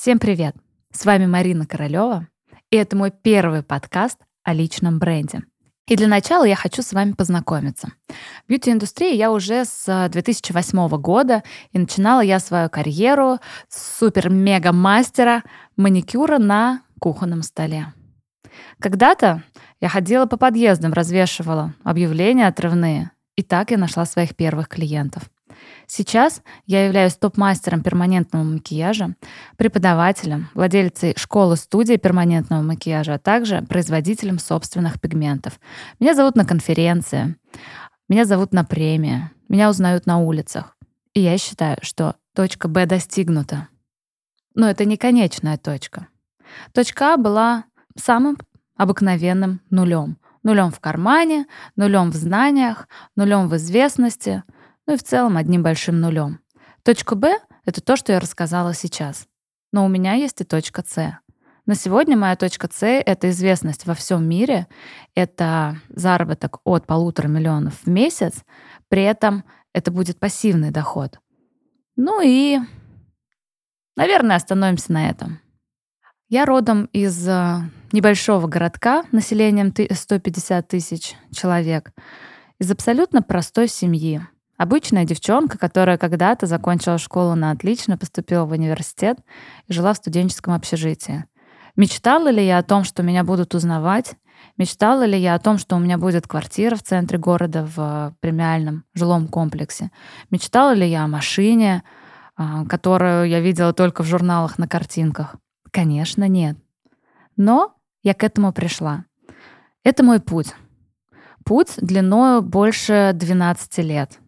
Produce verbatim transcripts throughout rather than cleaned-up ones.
Всем привет! С вами Марина Королева, и это мой первый подкаст о личном бренде. И для начала я хочу с вами познакомиться. В бьюти-индустрии я уже с две тысячи восьмого года, и начинала я свою карьеру с супер-мега-мастера маникюра на кухонном столе. Когда-то я ходила по подъездам, развешивала объявления отрывные, и так я нашла своих первых клиентов. Сейчас я являюсь топ-мастером перманентного макияжа, преподавателем, владелицей школы-студии перманентного макияжа, а также производителем собственных пигментов. Меня зовут на конференции, меня зовут на премии, меня узнают на улицах. И я считаю, что точка Б достигнута. Но это не конечная точка. Точка А была самым обыкновенным нулем. Нулем в кармане, нулем в знаниях, нулем в известности, ну и в целом одним большим нулем. Точка Б — это то, что я рассказала сейчас. Но у меня есть и точка С. На сегодня моя точка С — это известность во всем мире, это заработок от полутора миллионов в месяц, при этом это будет пассивный доход. Ну и, наверное, остановимся на этом. Я родом из небольшого городка населением сто пятьдесят тысяч человек, из абсолютно простой семьи. Обычная девчонка, которая когда-то закончила школу на отлично, поступила в университет и жила в студенческом общежитии. Мечтала ли я о том, что меня будут узнавать? Мечтала ли я о том, что у меня будет квартира в центре города в премиальном жилом комплексе? Мечтала ли я о машине, которую я видела только в журналах на картинках? Конечно, нет. Но я к этому пришла. Это мой путь. Путь длиною больше двенадцати лет.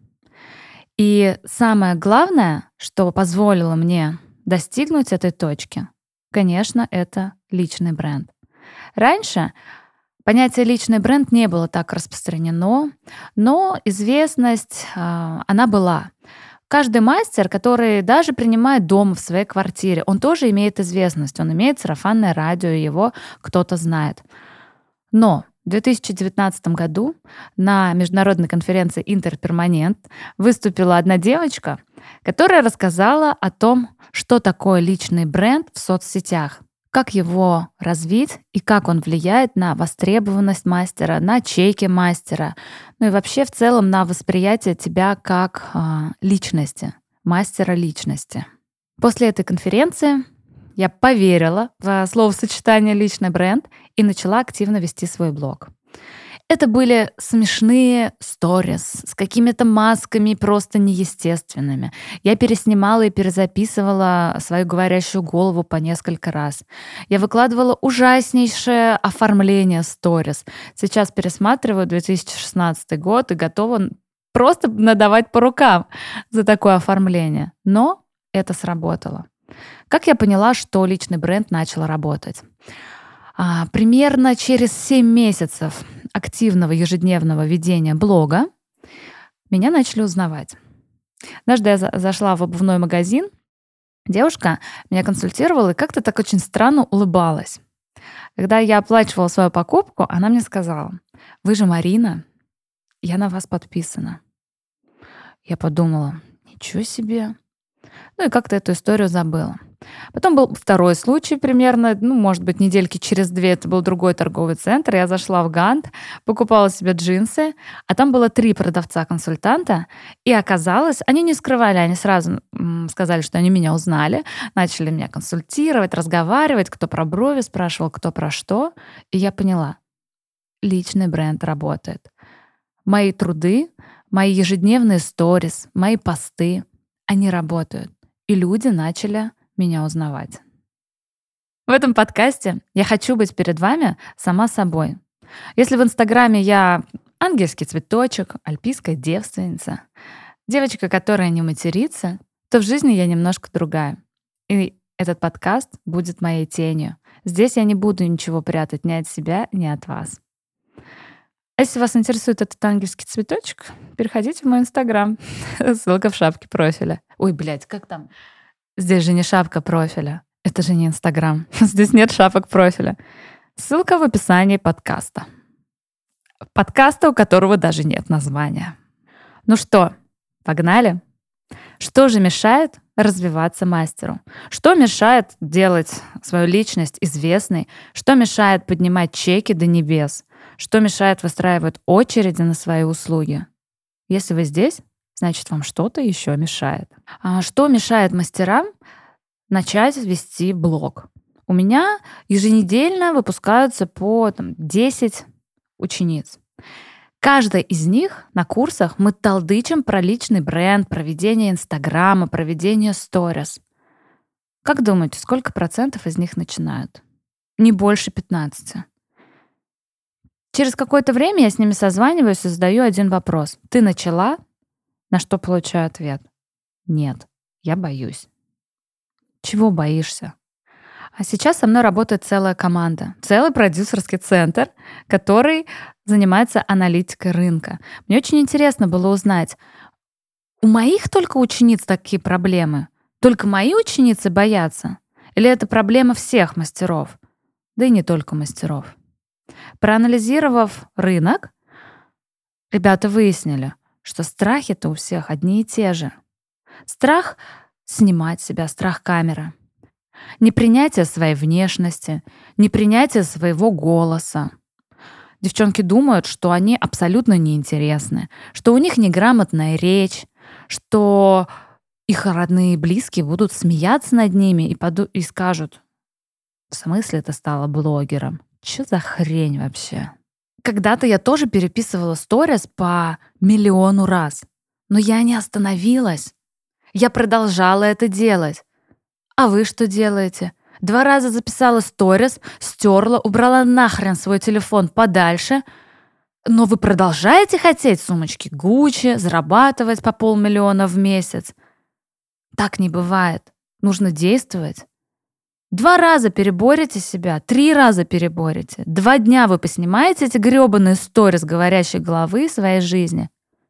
И самое главное, что позволило мне достигнуть этой точки, конечно, это личный бренд. Раньше понятие «личный бренд» не было так распространено, но известность, она была. Каждый мастер, который даже принимает дома в своей квартире, он тоже имеет известность, он имеет сарафанное радио, его кто-то знает. Но в две тысячи девятнадцатом году на международной конференции «Интерперманент» выступила одна девочка, которая рассказала о том, что такое личный бренд в соцсетях, как его развить и как он влияет на востребованность мастера, на чеки мастера, ну и вообще в целом на восприятие тебя как э, личности, мастера личности. После этой конференции я поверила в словосочетание «личный бренд» и начала активно вести свой блог. Это были смешные сторис с какими-то масками просто неестественными. Я переснимала и перезаписывала свою говорящую голову по несколько раз. Я выкладывала ужаснейшее оформление сторис. Сейчас пересматриваю две тысячи шестнадцатый год и готова просто надавать по рукам за такое оформление. Но это сработало. Как я поняла, что личный бренд начал работать? А, примерно через семь месяцев активного ежедневного ведения блога меня начали узнавать. Однажды я за- зашла в обувной магазин, девушка меня консультировала и как-то так очень странно улыбалась. Когда я оплачивала свою покупку, она мне сказала: «Вы же Марина, я на вас подписана». Я подумала: ничего себе. Ну и как-то эту историю забыла. Потом был второй случай примерно, ну, может быть, недельки через две, это был другой торговый центр. Я зашла в Гант, покупала себе джинсы, а там было три продавца-консультанта, и оказалось, они не скрывали, они сразу м, сказали, что они меня узнали, начали меня консультировать, разговаривать, кто про брови спрашивал, кто про что, и я поняла, личный бренд работает. Мои труды, мои ежедневные сторис, мои посты, они работают, и люди начали меня узнавать. В этом подкасте я хочу быть перед вами сама собой. Если в Инстаграме я ангельский цветочек, альпийская девственница, девочка, которая не матерится, то в жизни я немножко другая. И этот подкаст будет моей тенью. Здесь я не буду ничего прятать ни от себя, ни от вас. А если вас интересует этот ангельский цветочек, переходите в мой Инстаграм. Ссылка в шапке профиля. Ой, блядь, как там? Здесь же не шапка профиля. Это же не Инстаграм. Здесь нет шапок профиля. Ссылка в описании подкаста. Подкаста, у которого даже нет названия. Ну что, погнали? Что же мешает развиваться мастеру? Что мешает делать свою личность известной? Что мешает поднимать чеки до небес? Что мешает выстраивать очереди на свои услуги? Если вы здесь, значит, вам что-то еще мешает. А что мешает мастерам начать вести блог? У меня еженедельно выпускаются по там, десять учениц. Каждая из них на курсах мы толдычим про личный бренд, про ведение Инстаграма, про ведение сторис. Как думаете, сколько процентов из них начинают? Не больше пятнадцати. Через какое-то время я с ними созваниваюсь и задаю один вопрос. Ты начала? На что получаю ответ. Нет, я боюсь. Чего боишься? А сейчас со мной работает целая команда, целый продюсерский центр, который занимается аналитикой рынка. Мне очень интересно было узнать, у моих только учениц такие проблемы? Только мои ученицы боятся? Или это проблема всех мастеров? Да и не только мастеров. Проанализировав рынок, ребята выяснили, что страхи-то у всех одни и те же. Страх снимать себя, страх камеры. Непринятие своей внешности, непринятие своего голоса. Девчонки думают, что они абсолютно неинтересны, что у них неграмотная речь, что их родные и близкие будут смеяться над ними и, поду- и скажут, в смысле ты стала блогером? Что за хрень вообще? Когда-то я тоже переписывала сторис по миллиону раз, но я не остановилась. Я продолжала это делать. А вы что делаете? Два раза записала сторис, стерла, убрала нахрен свой телефон подальше. Но вы продолжаете хотеть сумочки Гуччи, зарабатывать по полмиллиона в месяц? Так не бывает. Нужно действовать. Два раза переборете себя, три раза переборете. Два дня вы поснимаете эти гребаные сторис говорящей головы своей жизни.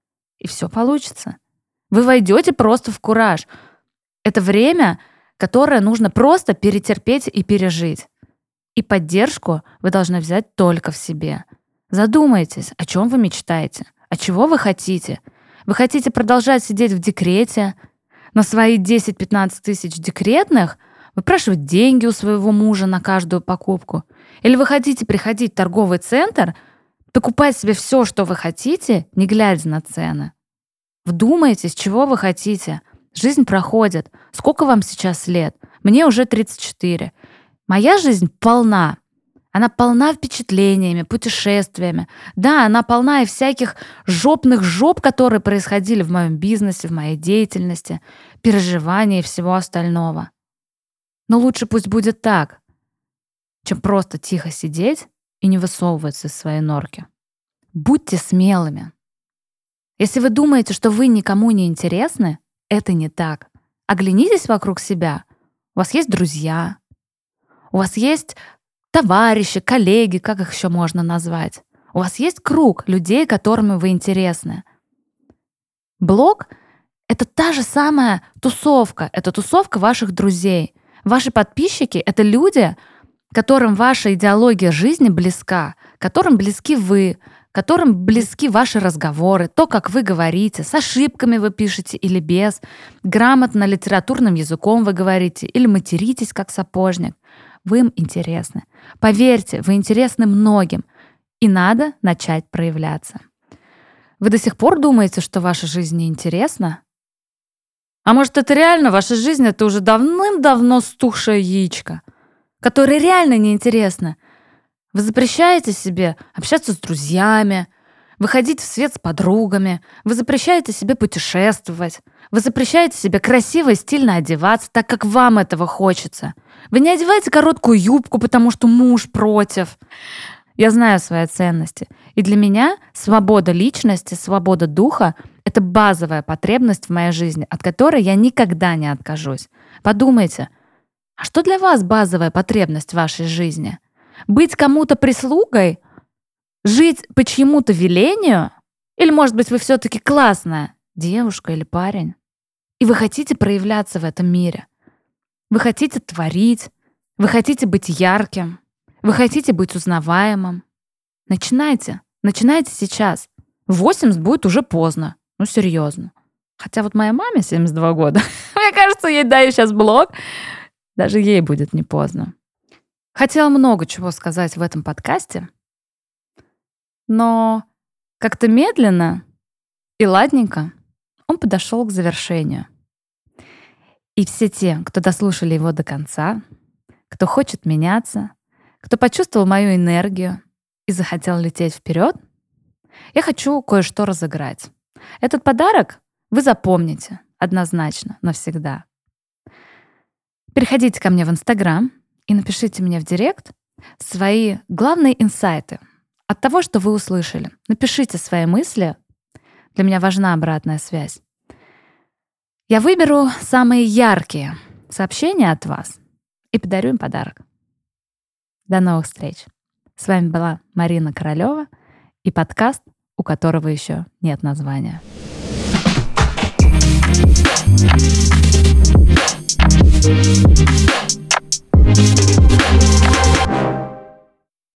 И все получится. Вы войдете просто в кураж. Это время, которое нужно просто перетерпеть и пережить. И поддержку вы должны взять только в себе. Задумайтесь, о чем вы мечтаете, а чего вы хотите. Вы хотите продолжать сидеть в декрете, на свои десять-пятнадцать тысяч декретных выпрашивать деньги у своего мужа на каждую покупку? Или вы хотите приходить в торговый центр, покупать себе все, что вы хотите, не глядя на цены? Вдумайтесь, чего вы хотите. Жизнь проходит. Сколько вам сейчас лет? Мне уже тридцать четыре. Моя жизнь полна. Она полна впечатлениями, путешествиями. Да, она полна и всяких жопных жоп, которые происходили в моем бизнесе, в моей деятельности, переживаний и всего остального. Но лучше пусть будет так, чем просто тихо сидеть и не высовываться из своей норки. Будьте смелыми. Если вы думаете, что вы никому не интересны, это не так. Оглянитесь вокруг себя. У вас есть друзья, у вас есть товарищи, коллеги, как их еще можно назвать. У вас есть круг людей, которыми вы интересны. Блог — это та же самая тусовка, это тусовка ваших друзей. Ваши подписчики — это люди, которым ваша идеология жизни близка, которым близки вы, которым близки ваши разговоры, то, как вы говорите, с ошибками вы пишете или без, грамотно литературным языком вы говорите или материтесь, как сапожник. Вы им интересны. Поверьте, вы интересны многим, и надо начать проявляться. Вы до сих пор думаете, что ваша жизнь неинтересна? А может, это реально ваша жизнь, это уже давным-давно стухшее яичко, которое реально неинтересно? Вы запрещаете себе общаться с друзьями, выходить в свет с подругами, вы запрещаете себе путешествовать, вы запрещаете себе красиво и стильно одеваться, так как вам этого хочется. Вы не одеваете короткую юбку, потому что муж против. Я знаю свои ценности. И для меня свобода личности, свобода духа — это базовая потребность в моей жизни, от которой я никогда не откажусь. Подумайте, а что для вас базовая потребность в вашей жизни? Быть кому-то прислугой? Жить по чьему-то велению? Или, может быть, вы все-таки классная девушка или парень? И вы хотите проявляться в этом мире? Вы хотите творить? Вы хотите быть ярким? Вы хотите быть узнаваемым? Начинайте. Начинайте сейчас. В восемьдесят будет уже поздно. Ну, серьезно. Хотя вот моей маме семьдесят два года. Мне кажется, ей даю сейчас блог. Даже ей будет не поздно. Хотела много чего сказать в этом подкасте, но как-то медленно и ладненько он подошел к завершению. И все те, кто дослушали его до конца, кто хочет меняться, кто почувствовал мою энергию и захотел лететь вперед, я хочу кое-что разыграть. Этот подарок вы запомните однозначно, навсегда. Переходите ко мне в Инстаграм и напишите мне в директ свои главные инсайты от того, что вы услышали. Напишите свои мысли. Для меня важна обратная связь. Я выберу самые яркие сообщения от вас и подарю им подарок. До новых встреч. С вами была Марина Королева и подкаст, у которого еще нет названия.